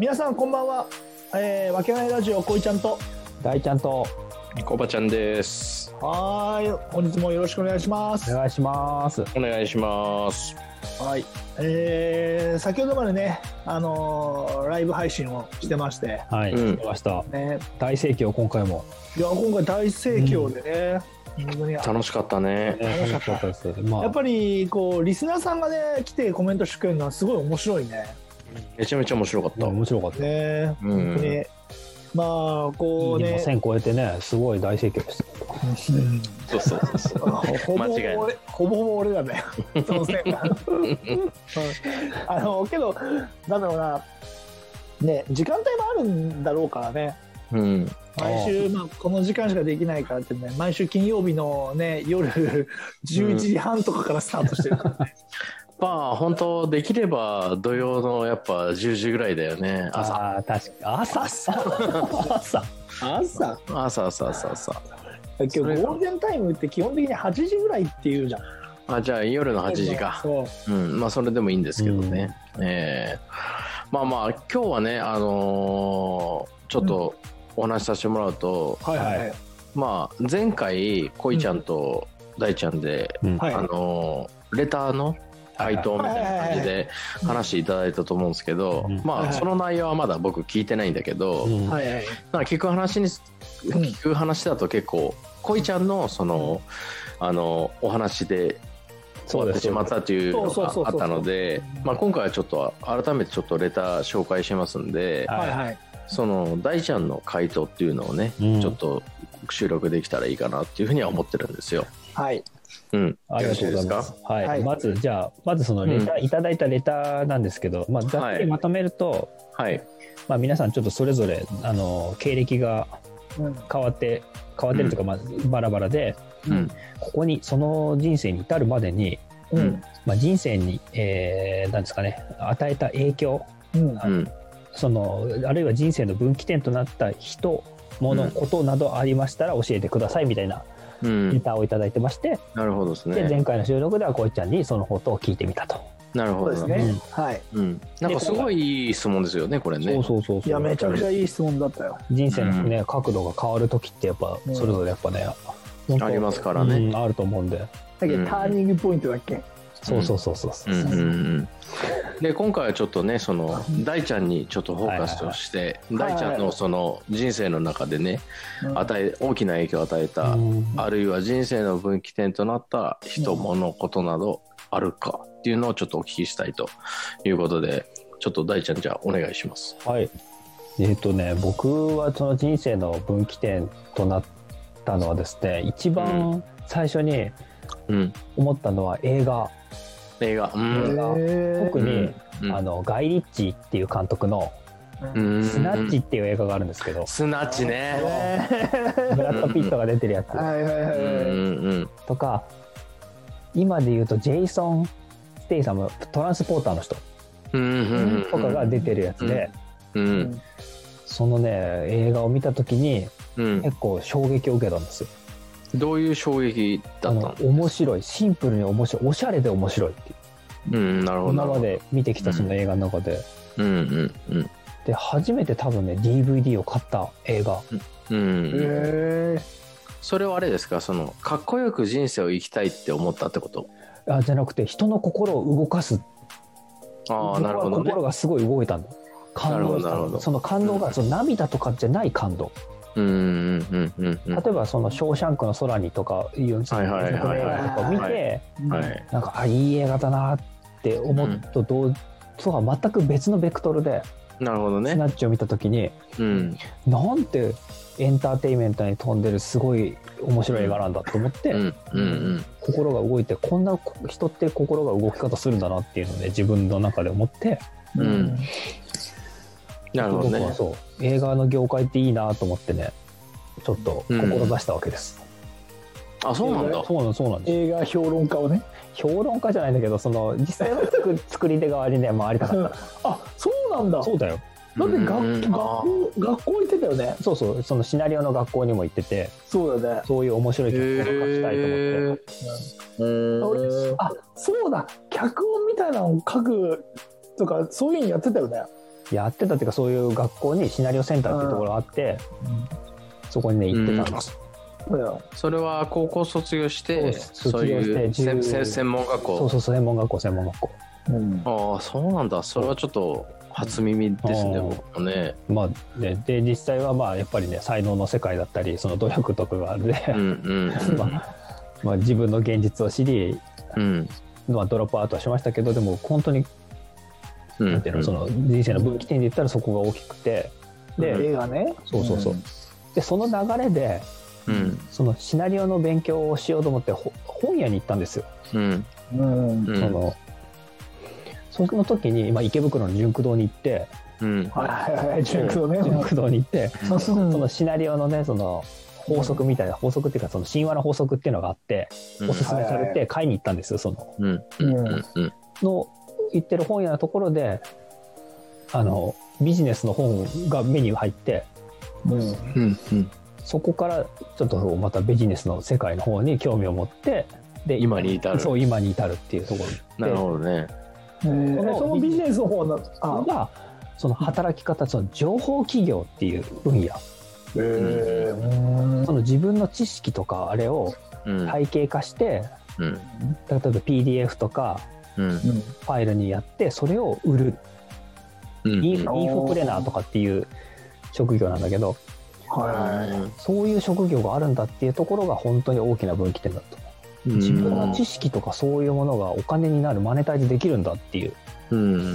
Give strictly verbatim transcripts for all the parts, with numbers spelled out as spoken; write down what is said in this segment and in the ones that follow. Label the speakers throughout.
Speaker 1: 皆さんこんばんは、えー、わけないラジオこいちゃんと
Speaker 2: 大ちゃんと
Speaker 3: コバちゃんです。
Speaker 1: はーい、本日もよろしくお願いします。
Speaker 2: お願いします。
Speaker 3: お願いします。
Speaker 1: はい、えー、先ほどまでね、あのー、ライブ配信をしてまして、
Speaker 2: はい、
Speaker 3: うん
Speaker 2: してました、
Speaker 1: ね、
Speaker 2: 大盛況今回も。
Speaker 1: いや今回大盛況でね、うん、本当に
Speaker 3: 楽しかったね。
Speaker 2: 楽しかったです。まあ、
Speaker 1: やっぱりこうリスナーさんがね来てコメントしてくれるのはすごい面白いね。
Speaker 3: めちゃめちゃ面白かった。
Speaker 2: 面白かった
Speaker 1: ね、
Speaker 3: うん、
Speaker 1: 本当にまあこうね、
Speaker 2: せん超えてね、すごい大盛況でした。
Speaker 3: そうそうそうそう。
Speaker 1: ほぼほぼ
Speaker 3: 間違いない
Speaker 1: 俺ほぼほぼ俺らだよ。そのせいが。あのけどなんだろうな、ね、時間帯もあるんだろうからね。
Speaker 3: うん。
Speaker 1: 毎週まあこの時間しかできないからってね、毎週金曜日のね夜じゅういちじはんとかからスタートしてるからね。
Speaker 3: まあ本当できれば土曜のやっぱじゅうじぐらいだよね。朝。
Speaker 2: ああ、確か朝朝朝
Speaker 1: 朝
Speaker 3: 朝朝朝朝。
Speaker 1: 今日ゴールデンタイムって基本的にはちじぐらいっていうじゃん。
Speaker 3: あ、じゃあ夜のはちじか。
Speaker 1: そう。
Speaker 3: うん。まあそれでもいいんですけどね。うん、ええー、まあまあ今日はね、あのー、ちょっとお話しさせてもらうと、
Speaker 1: うん、はいはい。
Speaker 3: まあ前回こいちゃんと大ちゃんで、うん、あのー、レターの回答みたいな感じで話していただいたと思うんですけど、まあその内容はまだ僕聞いてないんだけど、なんか聞く話に聞く話だと結構こいちゃんのそのあのお話で終わってしまったというのがあったので、まあ今回はちょっと改めてちょっとレター紹介しますんで、その大ちゃんの回答っていうのをね、ちょっと収録できたらいいかなっていうふうには思ってるんですよ。
Speaker 1: はい。
Speaker 3: うん、
Speaker 2: ありがとうございます。はい、はい、まずじゃあまずそのレター、うん、いただいたレターなんですけど、まあざっくりまとめると、はい、まあ皆さんちょっとそれぞれあの経歴が変わって変わってるというか、まあバラバラで、うん、ここにその人生に至るまでに、うん、まあ人生に、えー、なんですかね、与えた影響、うん、そのあるいは人生の分岐点となった人、物、ことなどありましたら教えてくださいみたいな。レターをいただいてまして、
Speaker 3: うん、なるほどですね。
Speaker 2: で前回の収録ではこいちゃんにそのことを聞いてみたと。
Speaker 3: なるほどですね。うん、はい。うん。なんかすごいいい質問ですよね、これね。
Speaker 2: そうそうそうそう。
Speaker 1: いやめちゃくちゃいい質問だったよ。
Speaker 2: 人生のね、うん、角度が変わる時ってやっぱそれぞれやっぱね、
Speaker 3: うん、ありますからね、
Speaker 2: うん。あると思うんで。
Speaker 1: だけどターニングポイントだっけ。
Speaker 2: そうそうそうそう。
Speaker 3: うんうんうん、で今回はちょっとねその大ちゃんにちょっとフォーカスとして、はいはいはい、大ちゃんのその人生の中でね、はいはい、与え大きな影響を与えた、うん、あるいは人生の分岐点となった人、うん、物事などあるかっていうのをちょっとお聞きしたいということで、ちょっと大ちゃんじゃあお願いします。
Speaker 2: はい。えっとね僕はその人生の分岐点となったのはですね、一番最初に思ったのは映画。
Speaker 3: 映画、うん、
Speaker 2: 映画特に、うん、あのガイ・リッチーっていう監督のスナッチっていう映画があるんですけど、
Speaker 3: スナッチね、
Speaker 2: ブラッド・ピットが出てるやつとか、今で言うとジェイソン・ステイサム、トランスポーターの人とかが出てるやつで、うんうん、そのね映画を見た時に、うん、結構衝撃を受けたんですよ。
Speaker 3: どういう衝撃だったの？
Speaker 2: 面白い、シンプルに面白い、おしゃれで面白いっていう、うん、なるほど、今まで見てきたその映画の中で、うんうんうん、で初めて多分ね ディーブイディー を買った映画、うん、
Speaker 3: へえ。それはあれですか、そのかっこよく人生を生きたいって思ったってこと？
Speaker 2: あ、じゃなくて人の心を動かす。
Speaker 3: ああ、なるほどね。
Speaker 2: 心がすごい動いたんだ。感動した。その感動が、うん、その涙とかじゃない感動。うんうんうんうん、例えばその「ショーシャンクの空に」とかいう映画とか見て、なんかあいい映画だなって思うとどう、うん、そうは全く別のベクトルで
Speaker 3: なるほどね、
Speaker 2: スナッチを見た時に、うん、なんてエンターテインメントに富んでるすごい面白い映画なんだと思って、うんうんうん、心が動いて、こんな人って心が動き方するんだなっていうので自分の中で思って、うんうん、なるほどね。僕はそう映画の業界っていいなと思ってね、ちょっと志したわけです、
Speaker 3: うん、あ、そうなんだ。
Speaker 2: そうなんそうなんです。
Speaker 1: 映画評論家をね、
Speaker 2: 評論家じゃないんだけど、その実際の作, 作り手側にね回りたかった
Speaker 1: あ、そうなんだ。
Speaker 2: そうだよ。
Speaker 1: だって学、うん、学校学校行ってたよね。
Speaker 2: そうそう、そのシナリオの学校にも行ってて、
Speaker 1: そうだね。
Speaker 2: そういう面白い脚本を書きたいと思って、
Speaker 1: うん、俺あそうだ、脚本みたいなのを書くとかそういうのやってたよね。
Speaker 2: やってたっていうか、そういう学校にシナリオセンターっていうところがあって、うん、そこにね行ってたんです。
Speaker 3: うん、それは高校卒業してそういう専門学校。
Speaker 2: そうそうそう、専門学校専門学校。
Speaker 3: うん、ああそうなんだ。それはちょっと初耳ですね、僕もね。
Speaker 2: まあね、で実際はまあやっぱりね才能の世界だったりその努力とかがあるで、うんうんまあまあ、自分の現実を知り、うんまあ、ドロップアウトはしましたけど、でも本当に、うん、なんていうの、その人生の分岐点で言ったらそこが大きくて、で
Speaker 1: 映画ね、
Speaker 2: そうそうそう、うん、でその流れで、うん、そのシナリオの勉強をしようと思って本屋に行ったんですよ。うんうん、そのその時に、まあ、池袋の純駆堂に行って、うん、はいはいはい、純駆堂ね、純駆堂に行って、うん、そのシナリオのねその法則みたいな、法則っていうかその神話の法則っていうのがあって、うん、おすすめされて買いに行ったんですよ。その、うんうん、の言ってる本屋のところであのビジネスの本が目に入って、うんうんうん、そこからちょっとまたビジネスの世界の方に興味を持って、で
Speaker 3: 今に至る。
Speaker 2: そう今に至るっていうところで。
Speaker 3: なるほどね。
Speaker 1: その、そのビジネスの方
Speaker 2: がその働き方、その情報企業っていう分野、えー、その自分の知識とかあれを体系化して、うん、例えば ピーディーエフ とか、うん、ファイルにやってそれを売る、うん、インフプレナーとかっていう職業なんだけど、はい、そういう職業があるんだっていうところが本当に大きな分岐点だと。自分の知識とかそういうものがお金になる、マネタイズできるんだっていう、うん、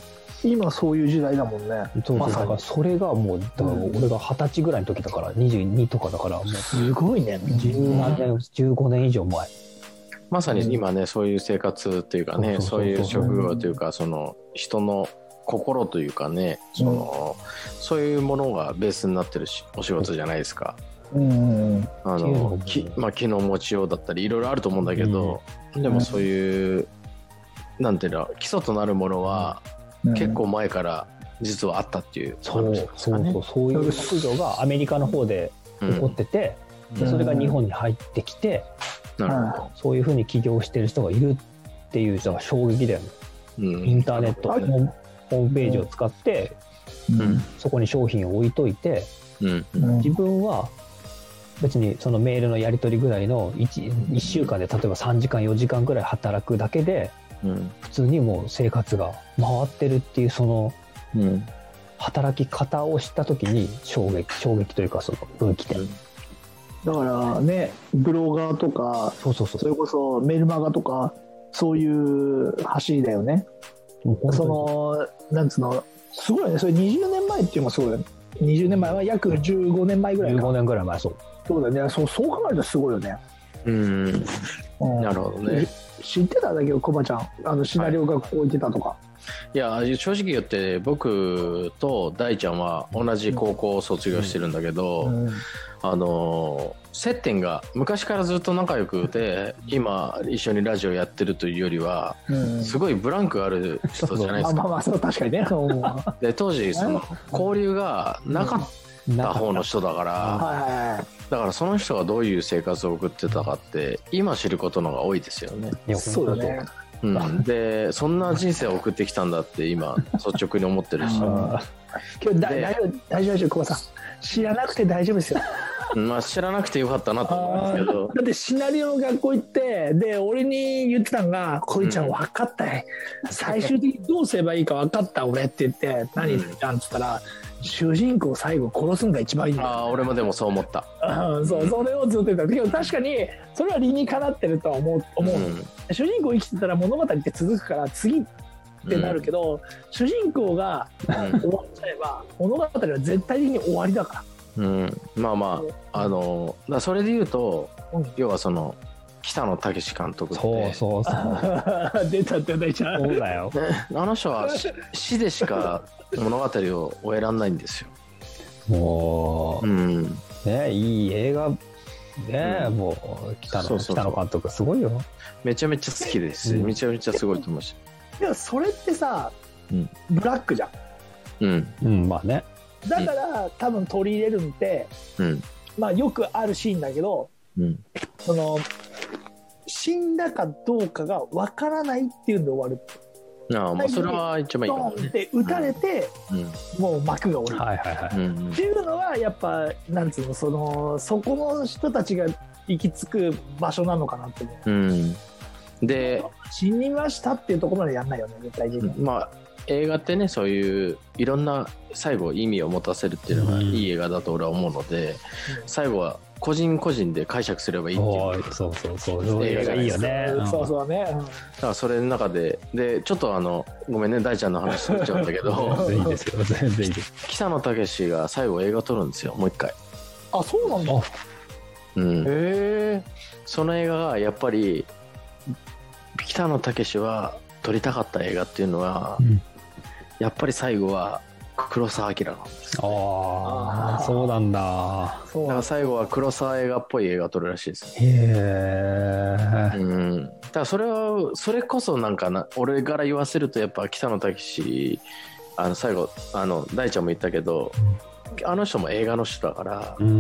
Speaker 1: 今そういう時代だもんね。
Speaker 2: そうそう、だからそれがもうだから俺がはたちぐらいの時だからにじゅうにとかだから、もう
Speaker 1: すごいね、
Speaker 2: じゅうなんねんじゅうごねん以上前、
Speaker 3: まさに今ねそういう生活っていうかね、そういう職業というか、その人の心というかね、その、うん、そういうものがベースになってるしお仕事じゃないですか。うんあのきまあ、気の持ちようだったりいろいろあると思うんだけど、うん、でもそういう、うん、なんていうの基礎となるものは、うん、結構前から実はあったっていう話ですかね。
Speaker 2: そうそうそう、そういう職業がアメリカの方で起こってて、うん、でそれが日本に入ってきて、うん、そういうふうに起業してる人がいるっていうのが衝撃だよね。うん、インターネットのホームページを使って、うん、そこに商品を置いといて、うん、自分は別にそのメールのやり取りぐらいの 1, いっしゅうかんで例えばさんじかんよじかんぐらい働くだけで、うん、普通にもう生活が回ってるっていうその、うん、働き方を知った時に衝撃衝撃というかその分岐点、うん、
Speaker 1: だからねブロガーとかそうそうそうそれこそメルマガとかそういう走りだよね。そのなんつうのすごいね、それにじゅうねんまえっていうのもすごいよね。にじゅうねんまえは約じゅうごねんまえぐらいか。
Speaker 2: じゅうごねんぐらい前。そう
Speaker 1: そうだね。そう、そう考えるとすごいよね。
Speaker 3: うん、うん、なるほどね。
Speaker 1: 知ってたんだけどコバちゃんあのシナリオ学校行ってたとか、はい、
Speaker 3: いや正直言って僕と大ちゃんは同じ高校を卒業してるんだけど、うんうん、あの接点が昔からずっと仲良くて今一緒にラジオやってるというよりは、うん、すごいブランクある人じゃないですか。
Speaker 1: まあまあそう確かにね。
Speaker 3: で当時その交流がなかった方の人だから、だからその人がどういう生活を送ってたかって今知ることの方が多いですよね。
Speaker 1: いやそうだね。
Speaker 3: うん、でそんな人生を送ってきたんだって今率直に思ってるし。今
Speaker 1: 日大丈夫大丈夫ですよ、久保さん。知らなくて大丈夫ですよ。
Speaker 3: まあ知らなくてよかったなと思うんですけど。
Speaker 1: だってシナリオの学校行ってで俺に言ってたのが「こいちゃん分かったよ、うん、最終的にどうすればいいか分かった俺」って言って「何じゃん」っつったら「主人公最後殺すんが一番いいんだよ」
Speaker 3: ああ俺もでもそう思った。
Speaker 1: うん、そうそれをずっと言ってたけど確かにそれは理にかなってるとは思う、思う、うん、主人公生きてたら物語って続くから次ってなるけど、うん、主人公が終わっちゃえば物語は絶対的に終わりだから。
Speaker 3: うん、まあまあ、あのだそれで言うと、うん、要はその北野武監督って
Speaker 2: そうそうそう
Speaker 1: 出たって出ちゃう。
Speaker 2: そうだよ。
Speaker 3: あの人は死でしか物語を終えらんないんですよ。
Speaker 2: もう、うん、ねいい映画ね、うん、もう北野、そうそうそう北野監督すごいよ。
Speaker 3: めちゃめちゃ好きですし、うん、めちゃめちゃすごいと思うし。
Speaker 1: でもそれってさ、うん、ブラックじゃん。
Speaker 2: うん、うん、まあね。
Speaker 1: だから、うん、多分取り入れるんで、うん、まあよくあるシーンだけど、うん、その死んだかどうかがわからないっていうんで終わる。
Speaker 3: ああ、まあそれは一番いいかもね。
Speaker 1: で打たれて、うん、もう幕が下りる、
Speaker 2: はいはいはい、
Speaker 1: っていうのはやっぱなんつうの、そのそこの人たちが行き着く場所なのかなって思う、うん、
Speaker 3: で
Speaker 1: 死にましたっていうところまでやんないよね絶対に。
Speaker 3: まあ映画ってね、そういういろんな最後意味を持たせるっていうのがいい映画だと俺は思うので、うん、最後は個人個人で解釈すればいいっていう、
Speaker 2: そうそうそう映画がいいよね。
Speaker 1: そうそうね、うん、
Speaker 3: だからそれの中ででちょっとあのごめんね大ちゃんの話しちゃうんだけど
Speaker 2: いいですよ全然いいです。
Speaker 3: 北野武が最後映画撮るんですよ、もう一回。
Speaker 1: あ、そうなんだ。
Speaker 3: うん、へ
Speaker 1: え。
Speaker 3: その映画がやっぱり北野武は撮りたかった映画っていうのは、うん、やっぱり最後は黒澤明なんです。
Speaker 2: ああ、そうなんだ。
Speaker 3: だから最後は黒澤映画っぽい映画を撮るらしいです。
Speaker 2: へえ。
Speaker 3: うん。だからそれはそれこそなんかな、俺から言わせるとやっぱ北野武、あの最後あの大ちゃんも言ったけど、うん、あの人も映画の人だから、うん、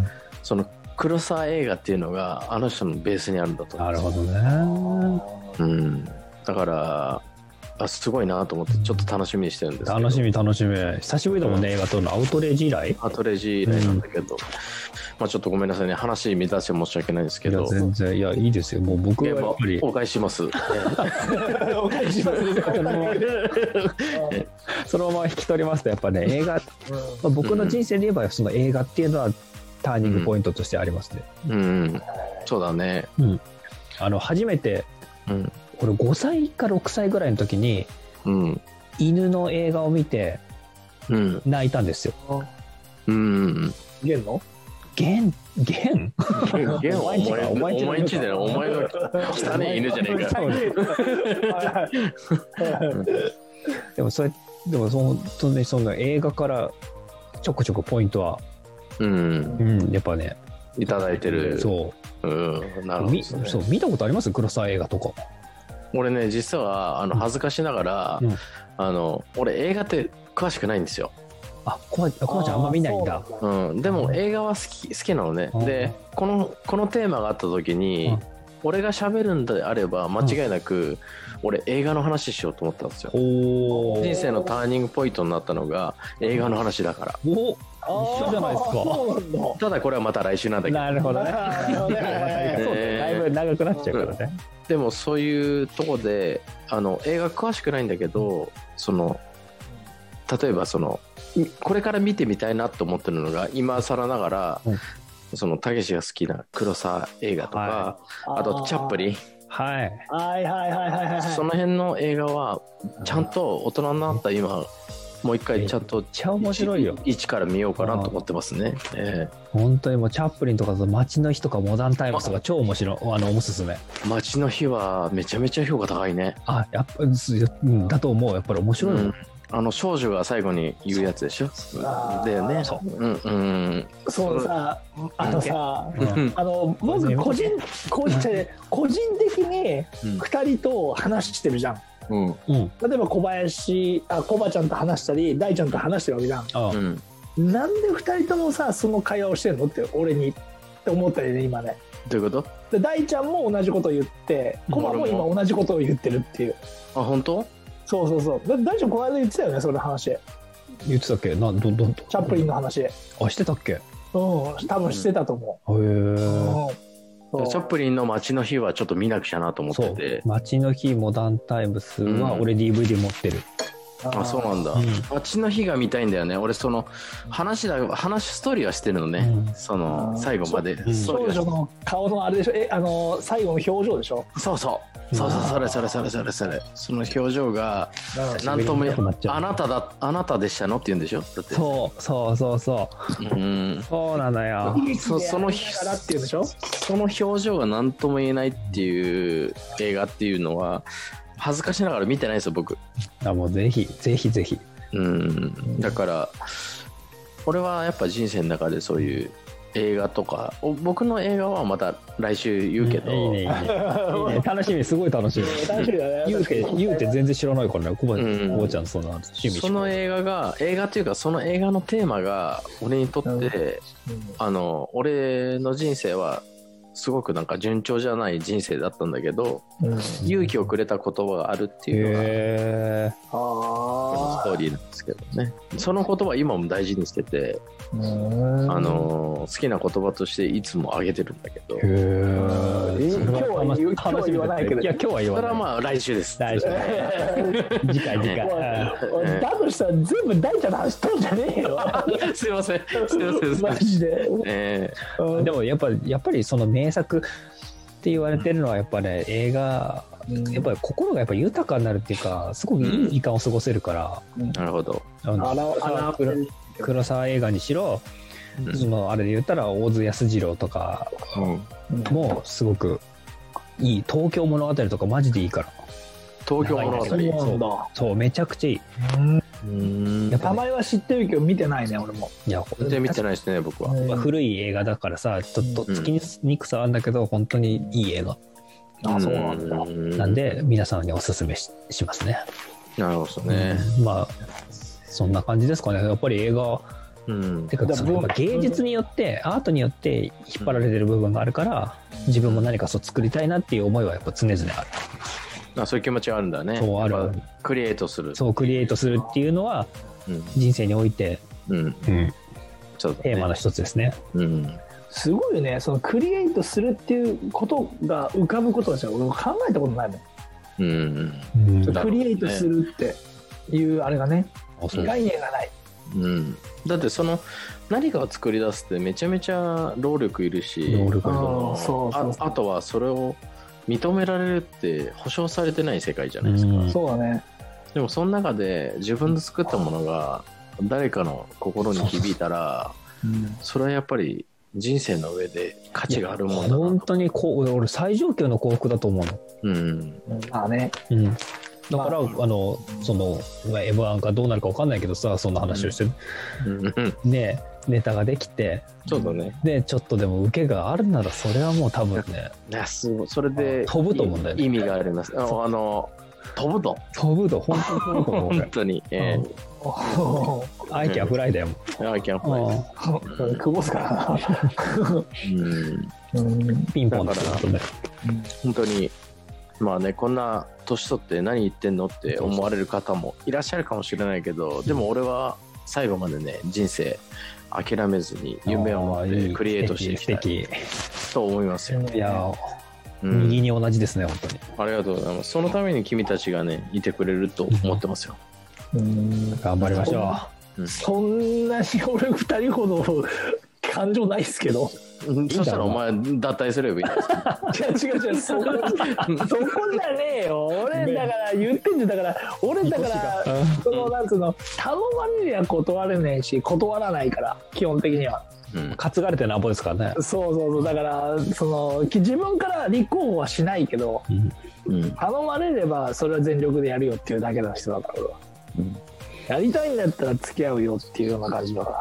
Speaker 3: その黒澤映画っていうのがあの人のベースにあるんだと思うんですよ。
Speaker 2: なるほ
Speaker 3: どね。うん。だからあすごいなと思ってちょっと楽しみにしてるんですけど。
Speaker 2: 楽しみ楽しみ。久しぶりだもんね、うん、映画撮るの。アウトレイジ以来
Speaker 3: アウトレイジ以来なんだけど、うん、まあちょっとごめんなさいね、話乱して申し訳ないんですけど。
Speaker 2: いや全然、いやいいですよ、もう僕はやっぱり
Speaker 3: お返しします
Speaker 1: お返しします
Speaker 2: そのまま引き取りますとやっぱね、映画、うん、まあ、僕の人生で言えばその映画っていうのはターニングポイントとしてありますね。
Speaker 3: うん、うん、そうだね、
Speaker 2: うん、あの初めて、うん、俺ごさいかろくさいぐらいの時に、うん、犬の映画を見て泣いたんですよ。
Speaker 3: うん。
Speaker 1: ゲンの？
Speaker 2: ゲンゲン？
Speaker 3: ゲンはお前お前お前んちだよ。お前の汚い犬じゃねえか。
Speaker 2: でもそれでもそそのその映画からちょこちょこポイントは、うん、うん、やっぱね
Speaker 3: いただいてる。
Speaker 2: そう。うん、なるほどですね。そう見たことあります？黒沢映画とか。
Speaker 3: 俺ね実はあの恥ずかしながら、うん、あの俺映画って詳しくないんですよ。
Speaker 2: あ、コバちゃんあんま見ないんだ。
Speaker 3: うん、でも映画は好き好きなのね。でこのこのテーマがあった時に俺が喋るんであれば間違いなく俺映画の話しようと思ったんですよ。人生のターニングポイントになったのが映画の話だから。
Speaker 2: お一緒じゃないですか。
Speaker 3: ただこれはまた来週なんだけど。
Speaker 2: なるほどね。だいぶ長くなっちゃうからね。うん、
Speaker 3: でもそういうとこであの映画詳しくないんだけど、その例えばそのこれから見てみたいなと思ってるのが今更ながら、うん、そのたけしが好きな黒沢映画とか、はい、あとチャップリン。
Speaker 2: はい、
Speaker 1: はいはいはいはいはい。
Speaker 3: その辺の映画はちゃんと大人になった今。もう一回ちゃんと
Speaker 2: 面白いよ
Speaker 3: 一から見ようかなと思ってますね。え
Speaker 2: ー、本当にもうチャップリンとか街の日とかモダンタイムスとか超面白い、あのおすすめ。
Speaker 3: 街の日はめちゃめちゃ評価高いね。
Speaker 2: あ、やっぱだと思う。やっぱり面白いもん。うん、
Speaker 3: あの少女が最後に言うやつでしょ。だよね。そう、うんうん。
Speaker 1: そうさ、あのさ、うん、あの僕個人個人個人的に二人と話してるじゃん。うん、例えば小林あコバちゃんと話したり大ちゃんと話してるわけじゃん。ああ、うん、なんでふたりともさその会話をしてんのって俺にって思ったよね今ね。
Speaker 3: どういうこと？
Speaker 1: で大ちゃんも同じことを言ってコバも今同じことを言ってるっていう。
Speaker 3: あ、本当？
Speaker 1: そうそうそう。だ大ちゃんこの間言ってたよねその話。
Speaker 2: 言ってたっけ？などど
Speaker 1: チャップリンの話。
Speaker 2: あ、してたっけ？
Speaker 1: うん、多分してたと思う。
Speaker 2: へえ。うん
Speaker 3: チャップリンの街の日はちょっと見なくちゃなと思ってて。
Speaker 2: 街の日モダンタイムスは俺 ディーブイディー 持ってる。
Speaker 3: うん、あ, あそうなんだ、うん、街の日が見たいんだよね。俺その話だ話ストーリーはしてるのね、うん、その最後まで、
Speaker 1: うん、少女の顔のあれでしょ、えあの最後の表情でしょ。
Speaker 3: そうそうそうそう、それそれそれそれそれその表情がなんともあなただあなたでしたのって言うんでしょ。だって
Speaker 2: そうそうそうそう、うん、そうなのよ。
Speaker 1: そそのって言うんでしょ。
Speaker 3: その表情が何とも言えないっていう映画っていうのは恥ずかしながら見てないですよ僕。
Speaker 2: あ、もうぜひぜひぜひ。
Speaker 3: うん、だから俺はやっぱ人生の中でそういう映画とか、僕の映画はまた来週言うけど、いいねいいねいい
Speaker 2: ね、楽しみ、すごい楽しみ。楽しみだね。言うて言うて全然知らないからね、コバ、うん、コバちゃんそんな趣味。
Speaker 3: その映画が映画というかその映画のテーマが俺にとって、うん、あの俺の人生はすごくなんか順調じゃない人生だったんだけど、うん、勇気をくれた言葉があるっていうのが、へー、このストーリーなんですけどね。その言葉今も大事にしてて、あの好きな言葉としていつもあげてるんだけど、へ
Speaker 1: ー、今日は言今日は言わないけど、
Speaker 2: いや今日は言わない。
Speaker 3: それはまあ来週です。
Speaker 2: 来週次回次回
Speaker 1: だとしたら全部大ちゃんの話とんじゃねえよ
Speaker 3: すいませんすいません
Speaker 1: マジで、
Speaker 2: えー、でもやっぱやっぱりその名作って言われてるのはやっぱね、映画やっぱり心がやっぱ豊かになるっていうか、すごくいい時間を過ごせるから、
Speaker 3: うん、なるほど。
Speaker 2: あの黒沢映画にしろ、うん、そのあれで言ったら大津安二郎とかもすごくいい。東京物語とかマジでいいから。
Speaker 3: 東京物語、
Speaker 2: そう、そうめちゃくちゃいい。
Speaker 1: うん、名前は知ってるけど見てないね俺も。
Speaker 3: いや全然見てないですね僕は。
Speaker 2: 古い映画だからさ、ちょっとつきにくさあるんだけど本当にいい映画。
Speaker 1: あ、そうなんだ。
Speaker 2: なんで皆さんにおすすめ し, しますね。
Speaker 3: なるほどね。
Speaker 2: うん、まあそんな感じですかね。やっぱり映画、うん、てか芸術によってアートによって引っ張られてる部分があるから、自分も何かそう作りたいなっていう思いはやっぱ常々ある。
Speaker 3: あ、そういう気持ちはあるんだね。
Speaker 2: そうある。
Speaker 3: クリエイトする。
Speaker 2: そうクリエイトするっていうのは、うん、人生において、うんうんそうだね、テーマの一つですね。
Speaker 1: うん、すごいね。そのクリエイトするっていうことが浮かぶことはじゃ俺考えたことないもん。うんうん、クリエイトするっていうあれがね、概念がない。
Speaker 3: うん、だってその何かを作り出すってめちゃめちゃ労力いるし、労力あそうそうそう あ, あとはそれを認められるって保証されてない世界じゃないですか、うん、
Speaker 1: そうだね。
Speaker 3: でもその中で自分で作ったものが誰かの心に響いたら、うん、それはやっぱり人生の上で価値があるもんだな。
Speaker 2: 本当にこう俺最上級の幸福だと思うの。うん。
Speaker 1: まあね。
Speaker 2: うん。だから、まあ、あのその エムワン がどうなるか分かんないけどさ、そんな話をしてる、うん、ねネタができて、
Speaker 3: そうだね。
Speaker 2: でちょっとでも受けがあるならそれはもう多分ね、
Speaker 3: いやすごいそれで
Speaker 2: 飛ぶと思うんだよね。
Speaker 3: 意味があります。あのあの飛ぶと
Speaker 2: 飛ぶと本当に飛ぶと思う。
Speaker 3: 本当に。え
Speaker 2: ー、アイキャンフライだよ。
Speaker 3: アイキャンフラ
Speaker 1: イ。くぼすかな。
Speaker 2: うん。ピンポンだからね。
Speaker 3: 本当に。まあね、こんな年取って何言ってんのって思われる方もいらっしゃるかもしれないけど、でも俺は最後までね人生諦めずに夢を持ってクリエイトしていきたいと思いますよ。
Speaker 2: いや、うん、右に同じですね本当に。
Speaker 3: ありがとうございます。そのために君たちがねいてくれると思ってますよ。
Speaker 2: うん、頑張りましょ
Speaker 1: う。うん、そんなに俺二人ほど感情ないっすけど。
Speaker 3: そしたらお前脱退すればいいん
Speaker 1: です違う違う違うそこそこじゃねえよ。俺だから言ってんじゃん。だから俺だからそのなんつうの頼まれりゃ断れねえし断らないから基本的には、
Speaker 2: うん、担がれてなんぼですからね。
Speaker 1: そうそうそうだからその自分から立候補はしないけど、うん、頼まれればそれは全力でやるよっていうだけの人だから、うん、やりたいんだったら付き合うよっていうような感じだから、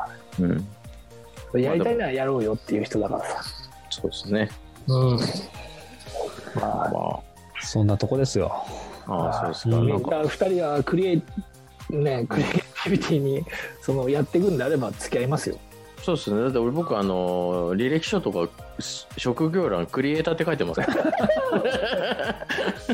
Speaker 1: うんやりたいならやろうよっていう人だからさ。
Speaker 3: そうですね。
Speaker 2: うん。まあ、まあ、そんなとこですよ。
Speaker 3: ああ、そうですか。
Speaker 1: みんな二人はクリエイねクリエイティビティにそのやっていくんであれば付き合いますよ。
Speaker 3: そうですね。だって俺僕あの履歴書とか職業欄クリエイターって書いてますから。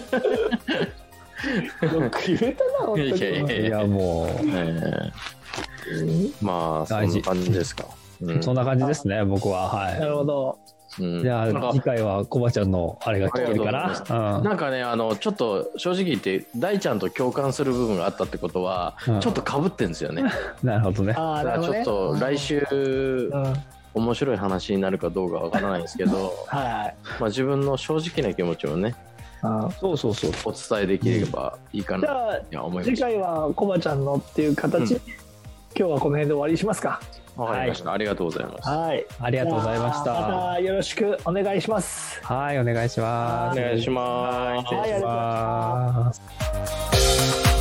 Speaker 1: クリエイターなの？いやい
Speaker 2: やいやいやもう、え
Speaker 3: ー、まあそんな感じですか。
Speaker 2: うん、そんな感じですね僕は。はい。
Speaker 1: なるほど。
Speaker 2: うん、じゃあ次回はコバちゃんのあれが聞けるかな。
Speaker 3: うん、なんかねあのちょっと正直言って大ちゃんと共感する部分があったってことは、うん、ちょっと被ってんですよね。
Speaker 2: なるほどね。
Speaker 3: だからちょっと来週、うん、面白い話になるかどうかわからないんですけど、はい。まあ自分の正直な気持ちをね。
Speaker 2: あそうそうそう
Speaker 3: お伝えできればいいかなと思います。
Speaker 1: 次回はコバちゃんのっていう形、うん、今日はこの辺で終わりにしますか。
Speaker 3: わかりました、はい、ありがとうございます。
Speaker 1: はい、
Speaker 2: ありがとうございました。
Speaker 1: またよろしくお願いします。
Speaker 2: はい、お願いします。
Speaker 3: お願いします。
Speaker 1: はい、ありがとうございます。